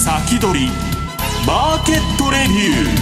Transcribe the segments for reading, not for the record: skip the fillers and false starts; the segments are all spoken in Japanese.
先取りマーケットレビュ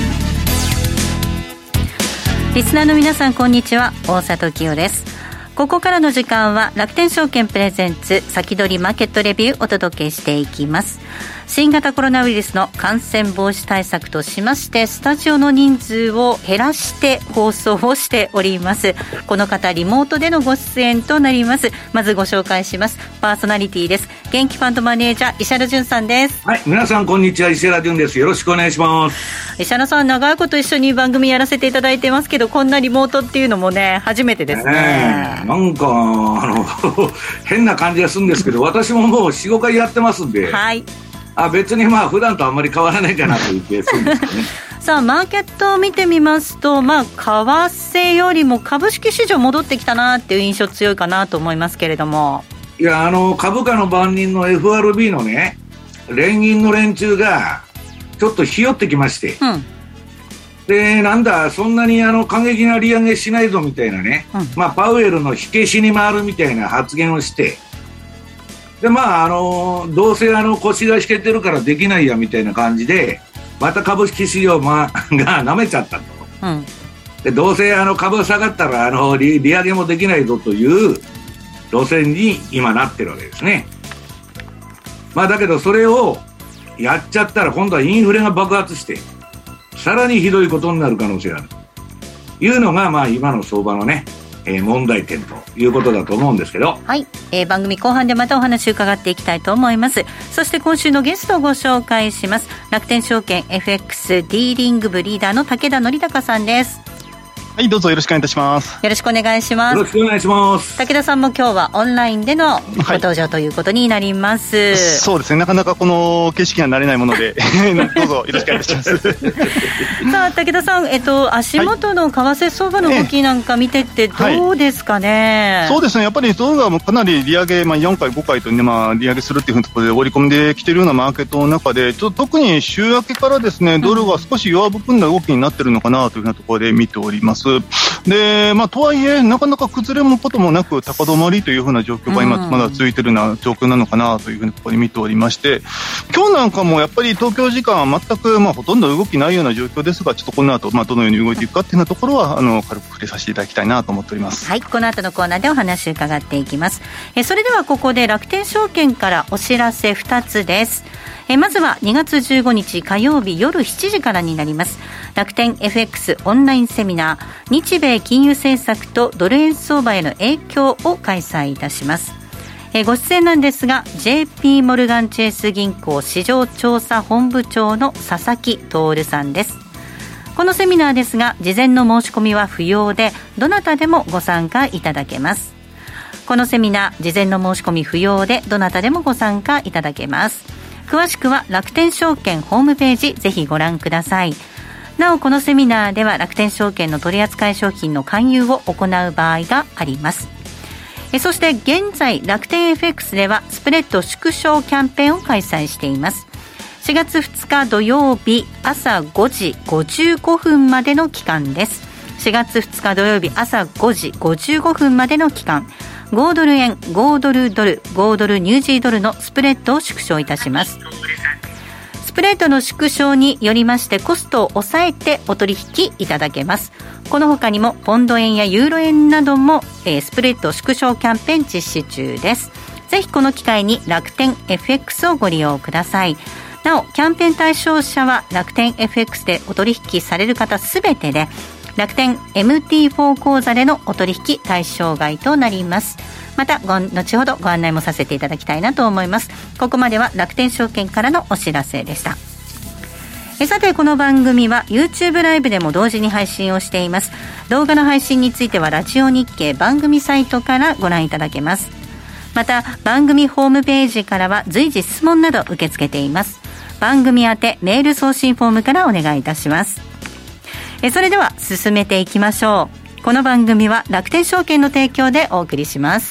ー。リスナーの皆さんこんにちは、大里清です。ここからの時間は楽天証券プレゼンツ先取りマーケットレビューお届けしていきます。新型コロナウイルスの感染防止対策としましてスタジオの人数を減らして放送をしております。この方リモートでのご出演となります。まずご紹介します。パーソナリティです。元気ファンドマネージャー石原潤さんです。 はい、皆さんこんにちは、石原潤です。よろしくお願いします。 石原さん、長いこと一緒に番組やらせていただいてますけど、こんなリモートっていうのもね初めてですね。 なんか変な感じがするんですけど、私ももう 4,5 回やってますんで、 はい、 別に普段とあんまり変わらないかなという気がするんですよね。 さあマーケットを見てみますと、為替よりも株式市場戻ってきたなっていう印象強いかなと思いますけれども、 いや株価の番人の FRB のね連銀の連中がちょっとひよってきまして、でなんだそんなに過激な利上げしないぞみたいなね、パウエルの火消しに回るみたいな発言をして、でどうせ腰が引けてるからできないやみたいな感じでまた株式市場が舐めちゃったと、でどうせ株が下がったら利上げもできないぞという路線に今なってるわけですね。だけどそれをやっちゃったら今度はインフレが爆発してさらにひどいことになる可能性があるというのが今の相場のね問題点ということだと思うんですけど、 はい、番組後半でまたお話を伺っていきたいと思います。そして今週のゲストをご紹介します。楽天証券 FX ディーリング部リーダーの武田則孝さんです。 はい、どうぞよろしくお願いいたします。 よろしくお願いします。 よろしくお願いします。 武田さんも今日はオンラインでのご登場ということになります、 そうですね、なかなかこの景色には慣れないものでどうぞよろしくお願いいたしますさあ武田さん、足元の為替相場の動きなんか見てってどうですかね。 そうですね、やっぱりドルがかなり利上げ、4回5回と、利上げするっていうところで織り込んできているようなマーケットの中で特に週明けからですねドルが少し弱含んだ動きになっているのかなというふうなところで見ております。でとはいえなかなか崩れることもなく高止まりというふうな状況が今まだ続いているような状況なのかなというふうにここで見ておりまして、今日なんかもやっぱり東京時間は全くほとんど動きないような状況ですが、ちょっとこの後どのように動いていくかっていうようなところは軽く触れさせていただきたいなと思っております。 はい、この後のコーナーでお話を伺っていきます。それではここで楽天証券からお知らせ2つです。まずは2月15日火曜日夜7時からになります楽天 FX オンラインセミナー日米金融政策とドル円相場への影響を開催いたします。ご出演なんですが JP モルガンチェイス銀行市場調査本部長の佐々木徹さんです。このセミナーですが事前の申し込みは不要でどなたでもご参加いただけます。このセミナー事前の申し込み不要でどなたでもご参加いただけます。詳しくは楽天証券ホームページぜひご覧ください。なおこのセミナーでは楽天証券の取扱い商品の勧誘を行う場合があります。そして現在楽天 FX ではスプレッド縮小キャンペーンを開催しています。4月2日土曜日朝5時55分までの期間です。4月2日土曜日朝5時55分までの期間、5ドル円、5ドルドル、5ドルニュージードルのスプレッドを縮小いたします。スプレッドの縮小によりましてコストを抑えてお取引いただけます。この他にもポンド円やユーロ円なども、スプレッド縮小キャンペーン実施中です。ぜひこの機会に楽天 FX をご利用ください。なおキャンペーン対象者は楽天 FX でお取引される方すべてで楽天 MT4 口座でのお取引対象外となります。また後ほどご案内もさせていただきたいなと思います。ここまでは楽天証券からのお知らせでした。さてこの番組は YouTube ライブでも同時に配信をしています。動画の配信についてはラジオ日経番組サイトからご覧いただけます。また番組ホームページからは随時質問など受け付けています。番組宛てメール送信フォームからお願いいたします。それでは進めていきましょう。この番組は楽天証券の提供でお送りします。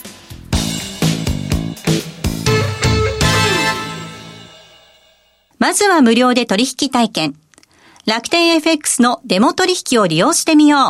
まずは無料で取引体験。楽天 FX のデモ取引を利用してみ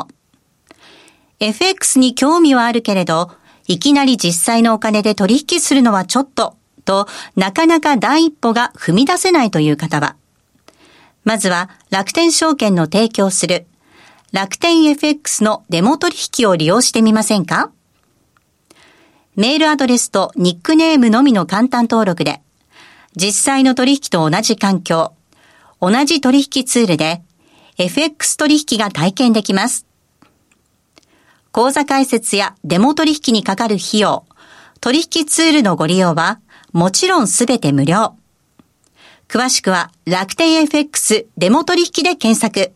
よう。FX に興味はあるけれど、いきなり実際のお金で取引するのはちょっとと、なかなか第一歩が踏み出せないという方は、まずは楽天証券の提供する楽天 FX のデモ取引を利用してみませんか？メールアドレスとニックネームのみの簡単登録で、実際の取引と同じ環境、同じ取引ツールで FX 取引が体験できます。口座開設やデモ取引にかかる費用、取引ツールのご利用はもちろんすべて無料。詳しくは楽天 FX デモ取引で検索。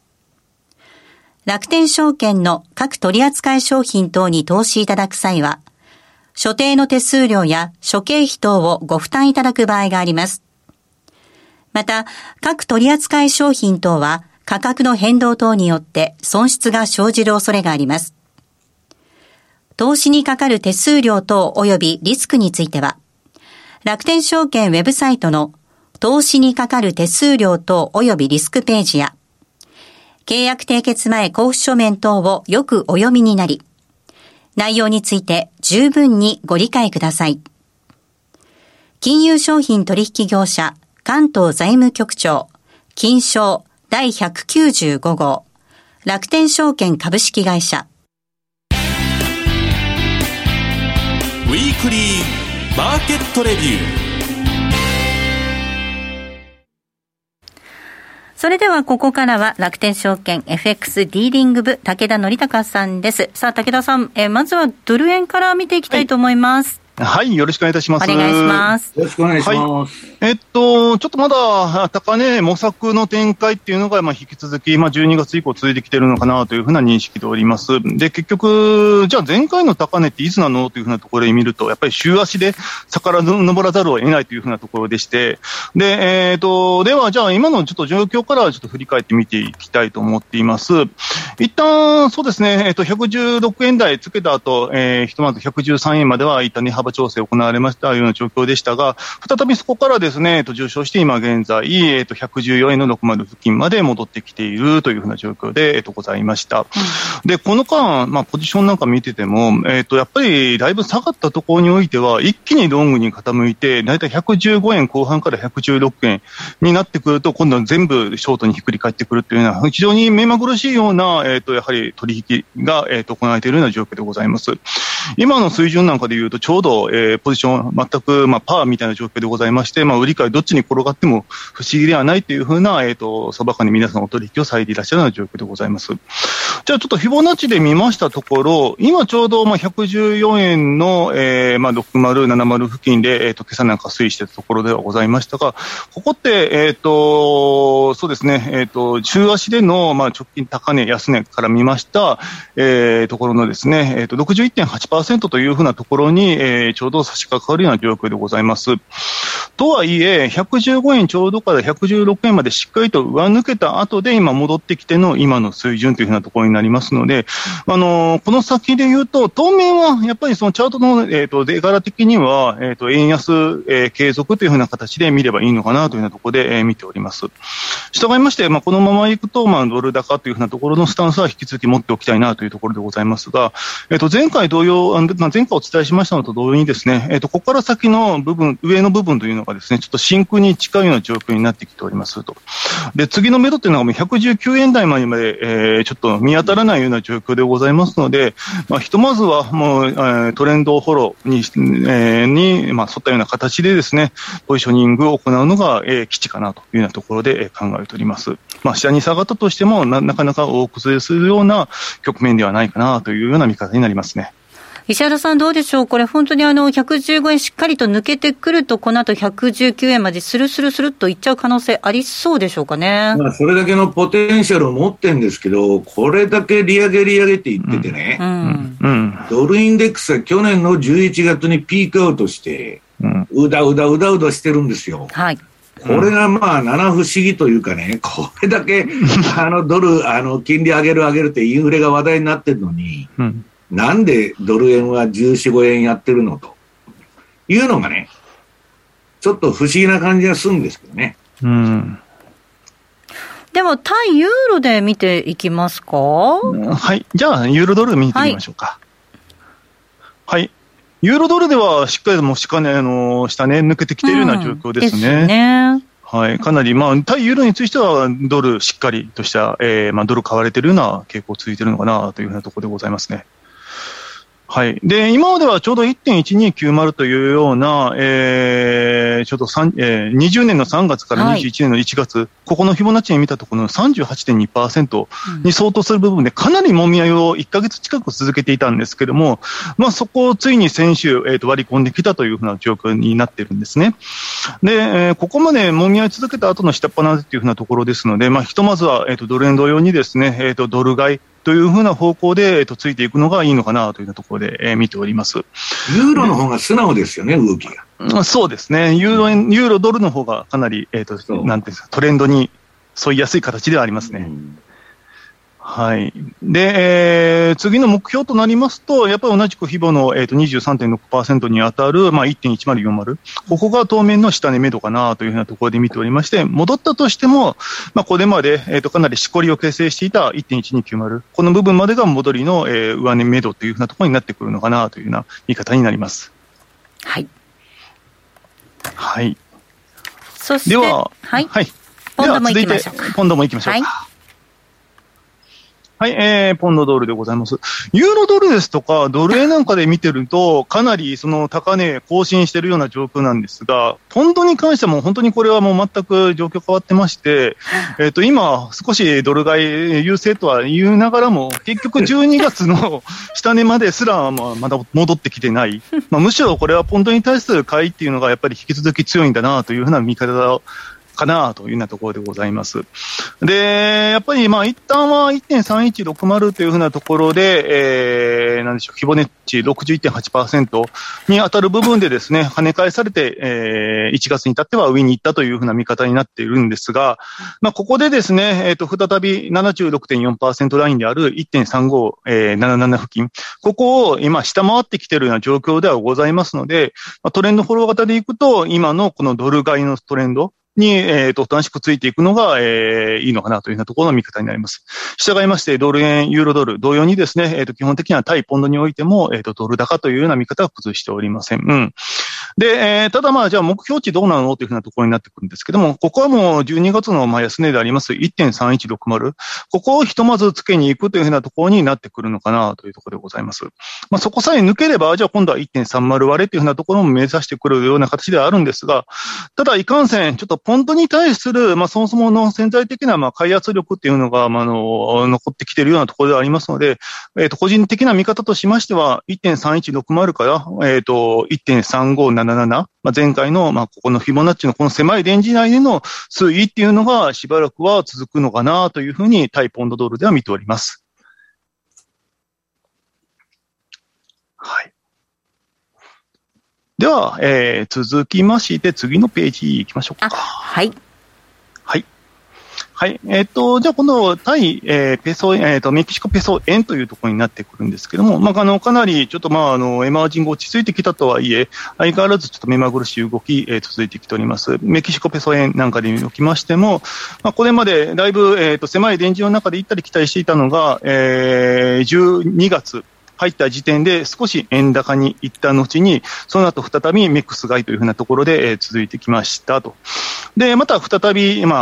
楽天証券の各取扱商品等に投資いただく際は、所定の手数料や諸経費等をご負担いただく場合があります。また、各取扱商品等は価格の変動等によって損失が生じる恐れがあります。投資にかかる手数料等及びリスクについては、楽天証券ウェブサイトの投資にかかる手数料等及びリスクページや、契約締結前交付書面等をよくお読みになり、内容について十分にご理解ください。金融商品取引業者関東財務局長金商第195号楽天証券株式会社。 ウィークリーマーケットレビュー。 それではここからは楽天証券 FX ディーリング部武田則孝さんです。さあ武田さん、まずはドル円から見ていきたいと思います。 はい、よろしくお願いいたします。 お願いします。 よろしくお願いします。 はい、ちょっとまだ高値模索の展開っていうのが引き続き12月以降続いてきているのかなというふうな認識でおります。で、結局じゃあ前回の高値っていつなのというふうなところで見ると、やっぱり週足で逆ら登らざるを得ないというふうなところでして、で、ではじゃあ今のちょっと状況からちょっと振り返って見ていきたいと思っています。一旦そうですね、116円台つけた後、ひとまず113円までは一旦値幅調整行われましたような状況でしたが、再びそこからですね、上昇して今現在、114円の60付近まで戻ってきているというふうな状況で、ございました。で、この間、ポジションなんか見てても、やっぱりだいぶ下がったところにおいては、一気にロングに傾いて、だいたい115円後半から116円になってくると、今度は全部ショートにひっくり返ってくるというような、非常に目まぐるしいような、やはり取引が、行われているような状況でございます。今の水準なんかでいうと、ちょうど、ポジション全く、パーみたいな状況でございまして、売り買いどっちに転がっても不思議ではないというふうな、相場間に皆さんお取引をされていらっしゃるような状況でございます。じゃあちょっとフィボナッチで見ましたところ、今ちょうど114円の、60、70付近で、今朝なんか推移しているところではございましたが、ここって、そうですね、週足での、直近高値、安値から見ました、ところのですね、61.8% というふうなところに、ちょうど差し掛かるような状況でございます。とはいえ、115円ちょうどから116円までしっかりと上抜けた後で今戻ってきての今の水準というふうなところになりますので、この先で言うと、当面はやっぱりそのチャートの、出柄的には、円安、継続というふうな形で見ればいいのかなというようなところで、見ております。従いまして、このままいくと、ドル高というふうなところのスタンスは引き続き持っておきたいなというところでございますが、前回同様、前回お伝えしましたのと同様にですね、ここから先の部分、上の部分というのがですね、ちょっと真空に近いような状況になってきておりますと。で、次の目処というのがもう119円台まで、ちょっと見当たらないような状況でございますので、ひとまずはもう、トレンドフォローに、沿ったような形でですね、ポジショニングを行うのが、基地かなというようなところで、考えております。下に下がったとしてもなかなか大崩れするような局面ではないかなというような見方になりますね。 石原さんどうでしょう。これ本当に115円しっかりと抜けてくると、この後119円までスルスルスルっといっちゃう可能性ありそうでしょうかね。 それだけのポテンシャルを持ってるんですけど、これだけ利上げって言っててね、ドルインデックスは去年の11月にピークアウトして、うだうだしてるんですよ。はい。これが七不思議というかね、これだけドル金利上げるってインフレが話題になってるのに、なんでドル円は14、5円やってるのというのがね、ちょっと不思議な感じがするんですけどね。 では対ユーロで見ていきますか。 はい。じゃあユーロドル見てみましょうか。はい。 ユーロドルではしっかりもう下値抜けてきているような状況ですね。 ですね。 はい。かなり、対ユーロについては、ドルしっかりとした、ドル買われているような傾向続いているのかなというふうなところでございますね。はい。で、今まではちょうど 1.1290 というような、ちょうど20年の3月から21年の1月、はい、ここのフィボナッチに見たところの 38.2% に相当する部分でかなり揉み合いを1ヶ月近く続けていたんですけども、そこをついに先週、割り込んできたというふうな状況になっているんですね。で、ここまで揉み合い続けた後の下っ端というふうなところですので、ひとまずは、ドル円同様にですね、ドル買いというふうな方向で、ついていくのがいいのかなというところで、見ております。 ユーロの方が素直ですよね、動きが。そうですね。ユーロドルの方がかなり、なんていうんですか、トレンドに沿いやすい形ではありますね。はい。で、次の目標となりますと、やっぱり同じくフィボの、23.6% に当たる、1.1040。ここが当面の下値目処かなというふうなところで見ておりまして、戻ったとしても、これまで、かなりしこりを形成していた 1.1290。この部分までが戻りの、上値目処というふうなところになってくるのかなというような見方になります。 はい。 はい。 そして、 では、 はい。ポンドも行きましょうか。 ポンドも行きましょうか。はい、ポンドドルでございます。ユーロドルですとか、ドル円なんかで見てると、かなりその高値更新しているような状況なんですが、ポンドに関してはもう本当にこれはもう全く状況変わってまして、今少しドル買い優勢とは言いながらも、結局12月の下値まですらまだ戻ってきてない。むしろこれはポンドに対する買いっていうのがやっぱり引き続き強いんだなというふうな見方かなというようなところでございます。で、やっぱり一旦は 1.3160 というふうなところで、なんでしょう、フィボナッチ 61.8% に当たる部分でですね、跳ね返されて、1月に至っては上に行ったというふうな見方になっているんですが、ここでですね、再び 76.4% ラインである 1.3577 付近、ここを今下回ってきているような状況ではございますので、トレンドフォロー型でいくと、今のこのドル買いのトレンド、に、おとなしくついていくのが、いいのかなというようなところの見方になります。従いまして、ドル円、ユーロドル、同様にですね、基本的には対ポンドにおいても、ドル高というような見方は崩しておりません。で、ただじゃあ目標値どうなのというふうなところになってくるんですけども、ここはもう12月の安値であります 1.3160。ここをひとまずつけに行くというふうなところになってくるのかなというところでございます。そこさえ抜ければ、じゃあ今度は 1.30 割れというふうなところも目指してくるような形ではあるんですが、ただいかんせん、ちょっとポンドに対する、そもそもの潜在的な、買い圧力っていうのが、残ってきているようなところではありますので、個人的な見方としましては、1.3160 から、1.3577、前回の、ここのフィボナッチのこの狭いレンジ内での推移っていうのがしばらくは続くのかなというふうに、対ポンドドルでは見ております。はい。では、続きまして、次のページ行きましょうか。 はい。 はい。はい。じゃあ、今度、対、ペソ、メキシコペソ円というところになってくるんですけども、かなり、ちょっとエマージング落ち着いてきたとはいえ、相変わらずちょっと目まぐるしい動き、続いてきております。メキシコペソ円なんかで見おきましても、これまでだいぶ、狭いレンジの中で行ったり来たりしていたのが、12月、入った時点で少し円高に行った後に、その後再びメックス買いというふうなところで、続いてきましたと。で、また再び、円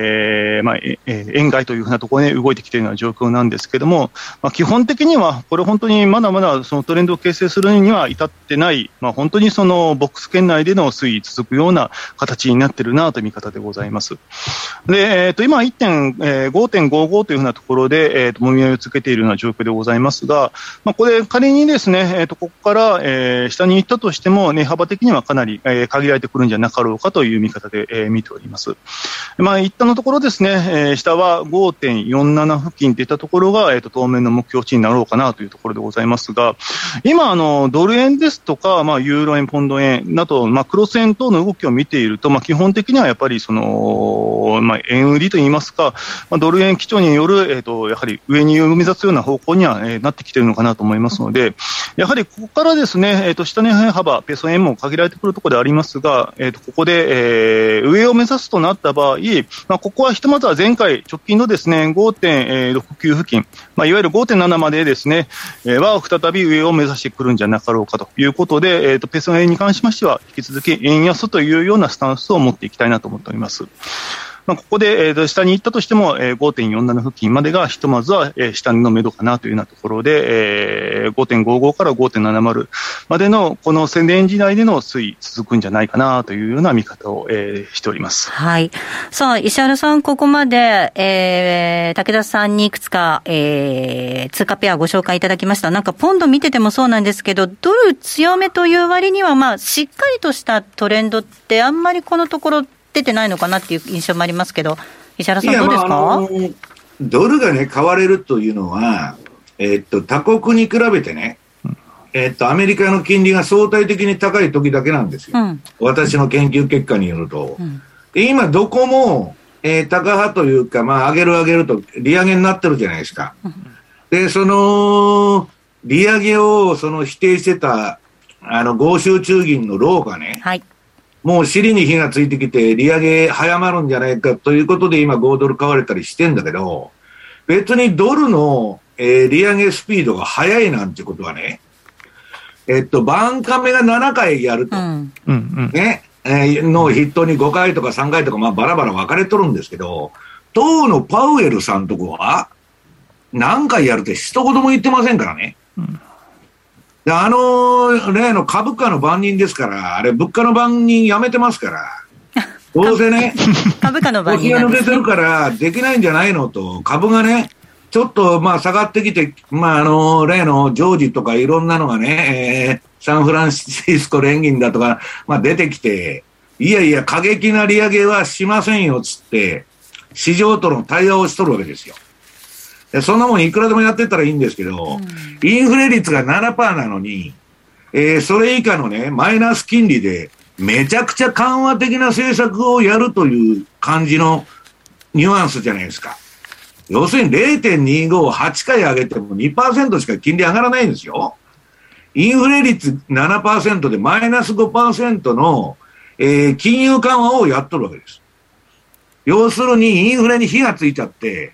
買いというふうなところで動いてきているような状況なんですけども、基本的には、これ本当にまだまだそのトレンドを形成するには至ってない、本当にそのボックス圏内での推移続くような形になっているなという見方でございます。で、今 5.55 というふうなところで、もみ合いをつけているような状況でございますが、これ仮にですね、ここから、下に行ったとしても、値幅的にはかなり、限られてくるんじゃなかろうかという見方で、見ております。一旦のところですね、下は 5.47 付近といったところが、当面の目標値になろうかなというところでございますが、今、ドル円ですとか、ユーロ円、ポンド円など、クロス円等の動きを見ていると、基本的にはやっぱりその、円売りといいますか、ドル円基調による、やはり上に目指すような方向には、なってきているのかなと思思いますので、やはりここからですね、下値幅、ペソ円も限られてくるところでありますが、ここで、上を目指すとなった場合、ここはひとまずは前回直近のですね、5.69 付近、いわゆる 5.7 までですね、は再び上を目指してくるんじゃなかろうかということで、ペソ円に関しましては、引き続き円安というようなスタンスを持っていきたいなと思っております。ここで、下に行ったとしても、5.47 付近までがひとまずは、下値の目処かなというようなところで、5.55 から 5.70 までのこの1000円時代での推移続くんじゃないかなというような見方を、しております。 はい。さあ、石原さん、ここまで、武田さんにいくつか、通貨ペアご紹介いただきました。なんかポンド見ててもそうなんですけど、ドル強めという割には、しっかりとしたトレンドってあんまりこのところ出てないのかなっていう印象もありますけど、石原さんどうですか？ ドルがね、買われるというのは、他国に比べてね、アメリカの金利が相対的に高い時だけなんですよ。私の研究結果によると。で今、どこも、高派というか、上げると利上げになってるじゃないですか。で、その、利上げを否定してた、豪州中銀のローがね、はい、もう尻に火がついてきて利上げ早まるんじゃないかということで今5ドル買われたりしてんだけど、別にドルの、利上げスピードが速いなんてことはね、バンカメが7回やると、ね、の筆頭に5回とか3回とかバラバラ分かれとるんですけど、当のパウエルさんとこは何回やるって一言も言ってませんからね。で例の株価の番人ですから、あれ物価の番人やめてますから、どうせね、 株価の番人なんですね。抜けてるからできないんじゃないのと、株がね、ちょっと下がってきて、例のジョージとかいろんなのがね、サンフランシスコ連銀だとか、出てきて、いやいや過激な利上げはしませんよつって、市場との対話をしとるわけですよ。そんなもんいくらでもやってったらいいんですけど、インフレ率が 7% なのに、それ以下のね、マイナス金利でめちゃくちゃ緩和的な政策をやるという感じのニュアンスじゃないですか。要するに 0.25 を8回上げても 2% しか金利上がらないんですよ。インフレ率 7% でマイナス 5% の、金融緩和をやっとるわけです。要するにインフレに火がついちゃって、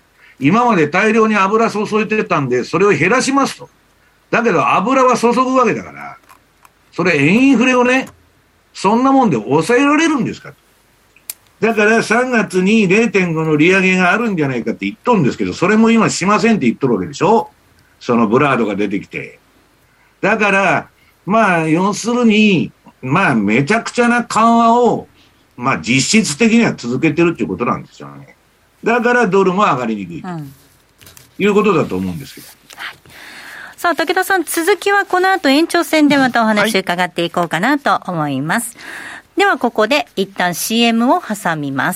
今まで大量に油注いでたんで、それを減らしますと。だけど油は注ぐわけだから、それインフレをね、そんなもんで抑えられるんですかと。だから3月に 0.5 の利上げがあるんじゃないかって言っとるんですけど、それも今しませんって言っとるわけでしょ。そのブラードが出てきて。だから、要するに、めちゃくちゃな緩和を、実質的には続けてるっていうことなんですよね。だからドルも上がりにくいということだと思うんですけど。 はい、さあ、武田さん、続きはこの後延長戦でまたお話伺っていこうかなと思います。ではここで一旦 CM を挟みます。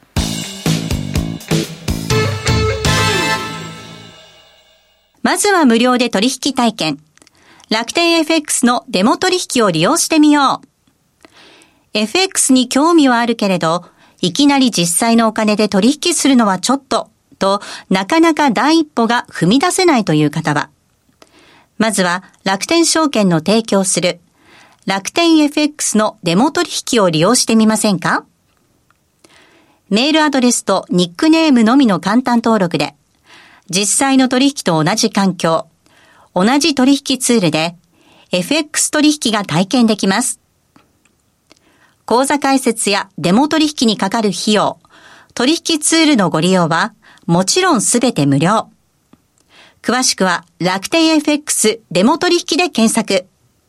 まずは無料で取引体験。楽天 FX のデモ取引を利用してみよう。FX に興味はあるけれど、いきなり実際のお金で取引するのはちょっと、となかなか第一歩が踏み出せないという方は、まずは楽天証券の提供する楽天 FX のデモ取引を利用してみませんか？メールアドレスとニックネームのみの簡単登録で、実際の取引と同じ環境、同じ取引ツールで FX 取引が体験できます。口座開設やデモ取引にかかる費用、取引ツールのご利用はもちろんすべて無料。詳しくは楽天 FX デモ取引で検索。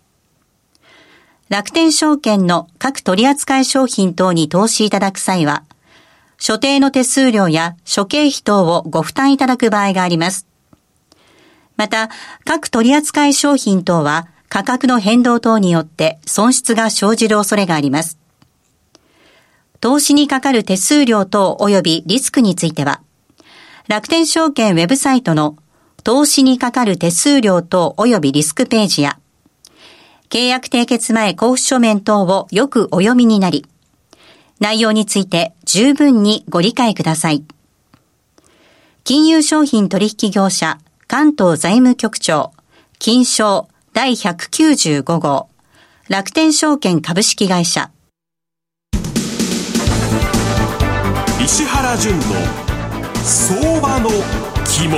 楽天証券の各取扱商品等に投資いただく際は、所定の手数料や諸経費等をご負担いただく場合があります。また、各取扱商品等は価格の変動等によって損失が生じる恐れがあります。投資にかかる手数料等及びリスクについては、楽天証券ウェブサイトの投資にかかる手数料等及びリスクページや、契約締結前交付書面等をよくお読みになり、内容について十分にご理解ください。金融商品取引業者関東財務局長金商第195号楽天証券株式会社。 石原淳の相場の肝。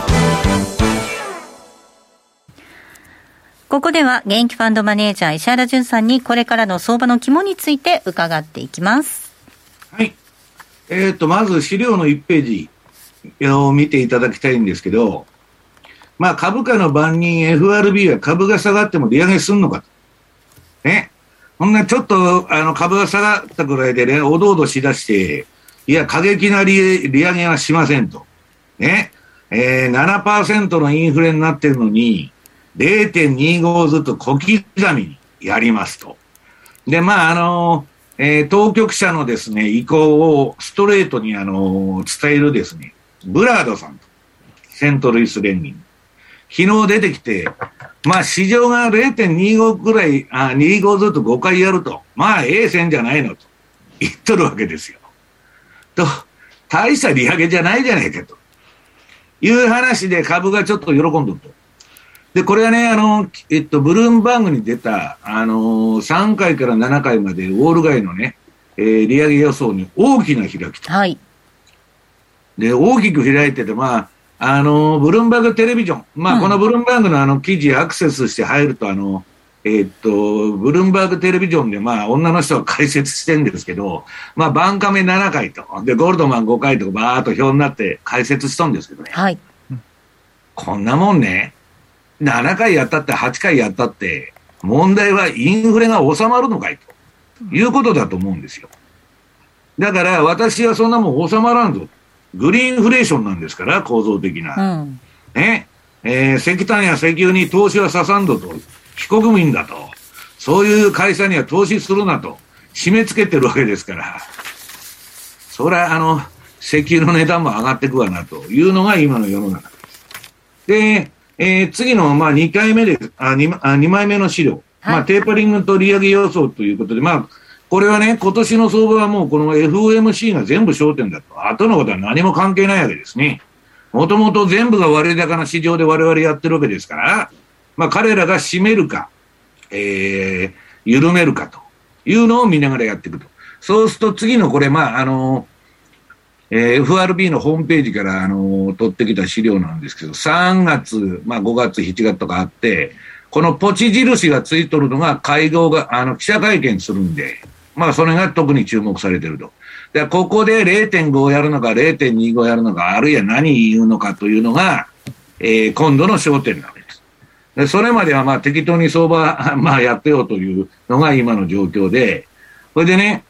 ここでは現役ファンドマネージャー石原淳さんにこれからの相場の肝について伺っていきます。 はい。まず資料の1ページを見ていただきたいんですけど、まあ株価の番人 FRB は株が下がっても利上げすんのかと。ね。こんなちょっと株が下がったぐらいでね、おどおどしだして、いや、過激な利上げはしませんと。ね。7% のインフレになってるのに、0.25 ずつ小刻みにやりますと。で、まあ、当局者のですね、意向をストレートに伝えるですね、ブラードさんと、セントルイス連銀。昨日出てきて、まあ市場が 0.25 ぐらい、25ずつ5回やると、まあ A 線じゃないのと言っとるわけですよ。と、大した利上げじゃないじゃないかという話で株がちょっと喜んどると。で、これはね、ブルームバーグに出た、3回から7回までウォール街のね、利上げ予想に大きな開きと。 はい。 で、大きく開いてて、まあ、ブルームバーグテレビジョン。まあ、このブルームバーグの記事アクセスして入ると、ブルームバーグテレビジョンで、まあ、女の人が解説してるんですけど、まあ、バンカメ7回と、で、ゴールドマン5回とか、バーっと表になって解説したんですけどね。 はい。 こんなもんね、7回やったって8回やったって、問題はインフレが収まるのかいということだと思うんですよ。だから私はそんなもん収まらんぞ。グリーンフレーションなんですから、構造的な。ね。石炭や石油に投資はささんどと、非国民だと。そういう会社には投資するなと、締め付けてるわけですから。そりゃ、石油の値段も上がってくわなというのが今の世の中です。で、次の、まあ、2回目で、2枚目の資料。はい、まあ、テーパリングと利上げ予想ということで、まあ、これはね、今年の相場はもうこの FOMC が全部焦点だと。後のことは何も関係ないわけですね。もともと全部が割高な市場で我々やってるわけですから、まあ、彼らが締めるか、緩めるかというのを見ながらやっていくと。そうすると次のこれ、まあ、FRB のホームページから取ってきた資料なんですけど、3月、まあ5月、7月とかあって、このポチ印がついとるのが会合が、記者会見するんで、まあそれが特に注目されてると。で、ここで 0.5 をやるのか 0.25 やるのか、あるいは何言うのかというのが、今度の焦点なわけです。で、それまではまあ適当に相場、まあやってよというのが今の状況で、これでね、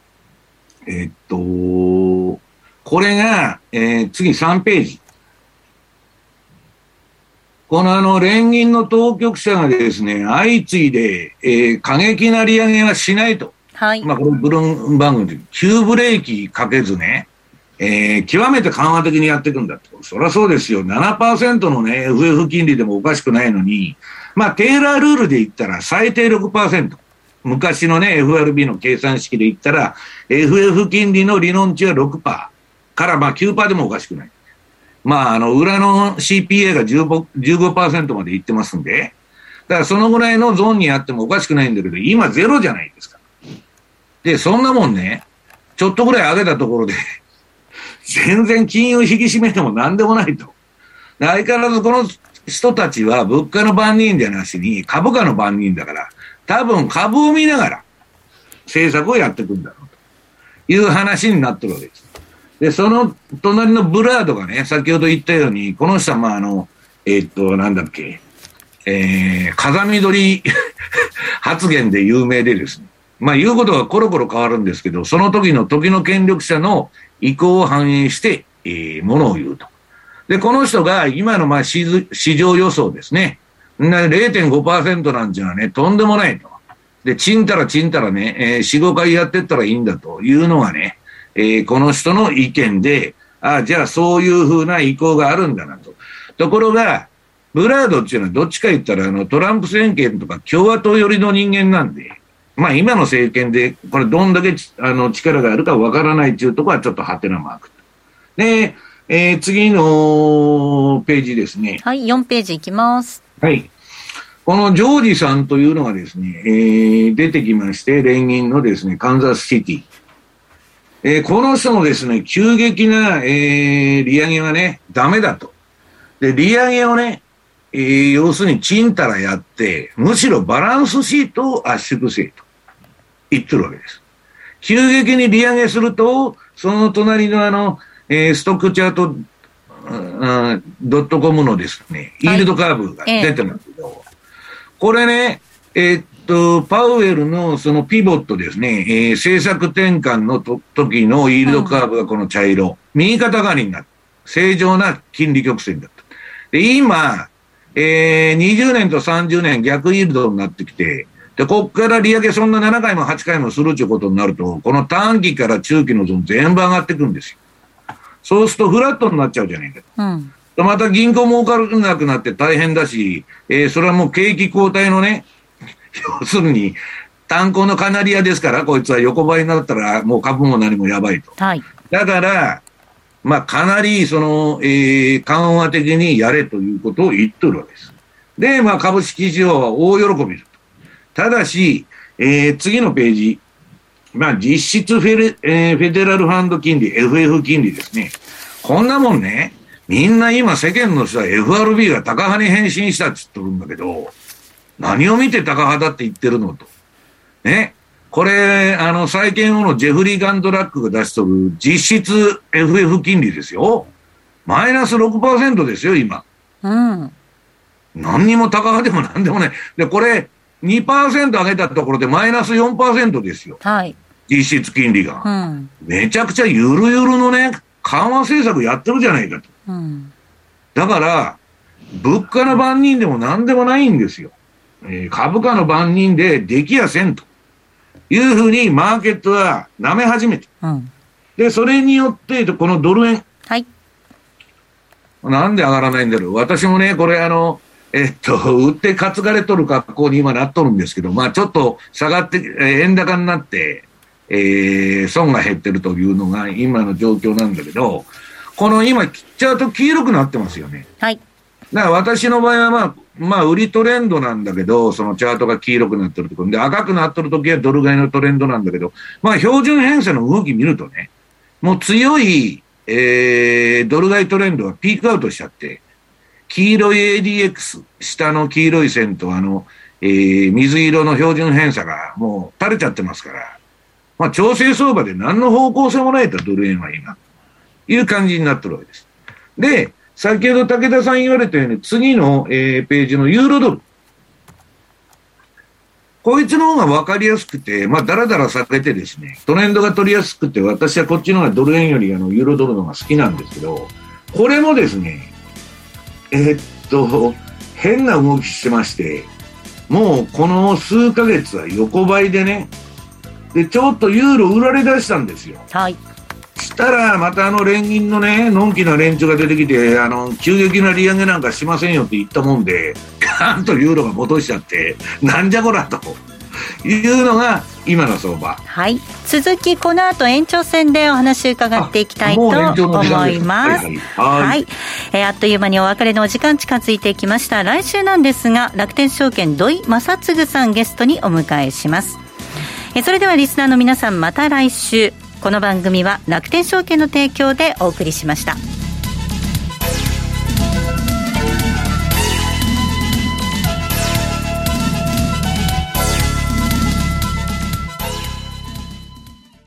これが、次3ページ。この連銀の当局者がですね、相次いで、過激な利上げはしないと。はい。まあ、これブルームバーグで急ブレーキかけずね、極めて緩和的にやっていくんだと。そりゃそうですよ。7% のね、FF 金利でもおかしくないのに、まあ、テーラールールで言ったら最低 6%。昔のね、FRB の計算式で言ったら、FF 金利の理論値は 6%。からまあ 9% でもおかしくない。まあ裏の CPA が 15% までいってますんで、だからそのぐらいのゾーンにあってもおかしくないんだけど、今ゼロじゃないですか。で、そんなもんね、ちょっとぐらい上げたところで、全然金融引き締めても何でもないと。相変わらずこの人たちは物価の番人じゃなしに株価の番人だから、多分株を見ながら政策をやっていくんだろうという話になってるわけです。で、その隣のブラードがね、先ほど言ったように、この人はまあなんだっけ、風見鶏発言で有名でですね、まあ言うことがコロコロ変わるんですけど、その時の権力者の意向を反映して、ものを言うと。で、この人が今のまあ市場予想ですね、0.5% なんじゃね、とんでもないと。で、ちんたらね、4、5回やってったらいいんだというのがね、この人の意見で、じゃあそういうふうな意向があるんだなと。ところが、ブラードっていうのはどっちか言ったら、トランプ政権とか共和党寄りの人間なんで、まあ今の政権で、これどんだけ力があるかわからないっていうところはちょっとハテナマーク。で、次のページですね。 はい、4ページいきます。 はい。 このジョージさんというのがですね、出てきまして、連銀のですね、カンザスシティ。この人のですね、急激な、利上げはね、ダメだと。で、利上げをね、要するにちんたらやって、むしろバランスシートを圧縮せと言ってるわけです。急激に利上げすると、その隣のストックチャート、.com のですね、イールドカーブが出てますけど、これね、パウエルのそのピボットですね、政策転換の時のイールドカーブがこの茶色、右肩上がりになった。正常な金利曲線だった。で、今、20年と30年逆イールドになってきて、で、こっから利上げそんな7回も8回もするということになると、この短期から中期のゾーン全部上がってくるんですよ。そうするとフラットになっちゃうじゃないかと。また銀行儲からなくなって大変だし、それはもう景気後退のね、要するに、炭鉱のカナリアですから、こいつは横ばいになったらもう株も何もやばいと。 はい。だから、まあ、かなり、緩和的にやれということを言っとるわけです。で、まあ、株式市場は大喜びだと。ただし、次のページ。まあ、実質フェデラルファンド金利、FF 金利ですね。こんなもんね、みんな今世間の人は FRB が高派に変身したって言っとるんだけど、何を見て高派だって言ってるのと。ね。これ、債券王のジェフリー・ガンドラックが出しとる実質 FF 金利ですよ。マイナス 6% ですよ、今。何にも高派でも何でもない。で、これ、2% 上げたところでマイナス 4% ですよ。 はい。 実質金利が。めちゃくちゃゆるゆるのね、緩和政策やってるじゃないかと。だから、物価の番人でも何でもないんですよ。株価の番人でできやせんと。いうふうにマーケットは舐め始めて。で、それによって、このドル円。 はい。 なんで上がらないんだろう。私もね、これ売って担がれとる格好に今なっとるんですけど、まあちょっと下がって、円高になって、損が減ってるというのが今の状況なんだけど、この今、チャート黄色くなってますよね。 はい。 だから私の場合はまあ売りトレンドなんだけど、そのチャートが黄色くなってるところで、赤くなってるときはドル買いのトレンドなんだけど、まあ標準偏差の動き見るとね、もう強い、ドル買いトレンドはピークアウトしちゃって、黄色い ADX、下の黄色い線と水色の標準偏差がもう垂れちゃってますから、まあ調整相場で何の方向性もないとドル円は今、いう感じになってるわけです。で、先ほど武田さん言われたように、次の、ページのユーロドル。こいつの方が分かりやすくて、まあ、だらだら下げてですね、トレンドが取りやすくて、私はこっちの方がドル円よりユーロドルの方が好きなんですけど、これもですね、変な動きしてまして、もうこの数ヶ月は横ばいでね、で、ちょっとユーロ売られ出したんですよ。 はい。 したら、また連銀のね、のんきな連中が出てきて、急激な利上げなんかしませんよって言ったもんで、ガーンとユーロが戻しちゃって、なんじゃこらというのが今の相場。 はい。続き、この後延長戦でお話伺っていきたいと思います。はい。あっという間にお別れのお時間近づいてきました。来週なんですが、楽天証券土井正嗣さんゲストにお迎えします。それではリスナーの皆さん、また来週。この番組は楽天証券の提供でお送りしました。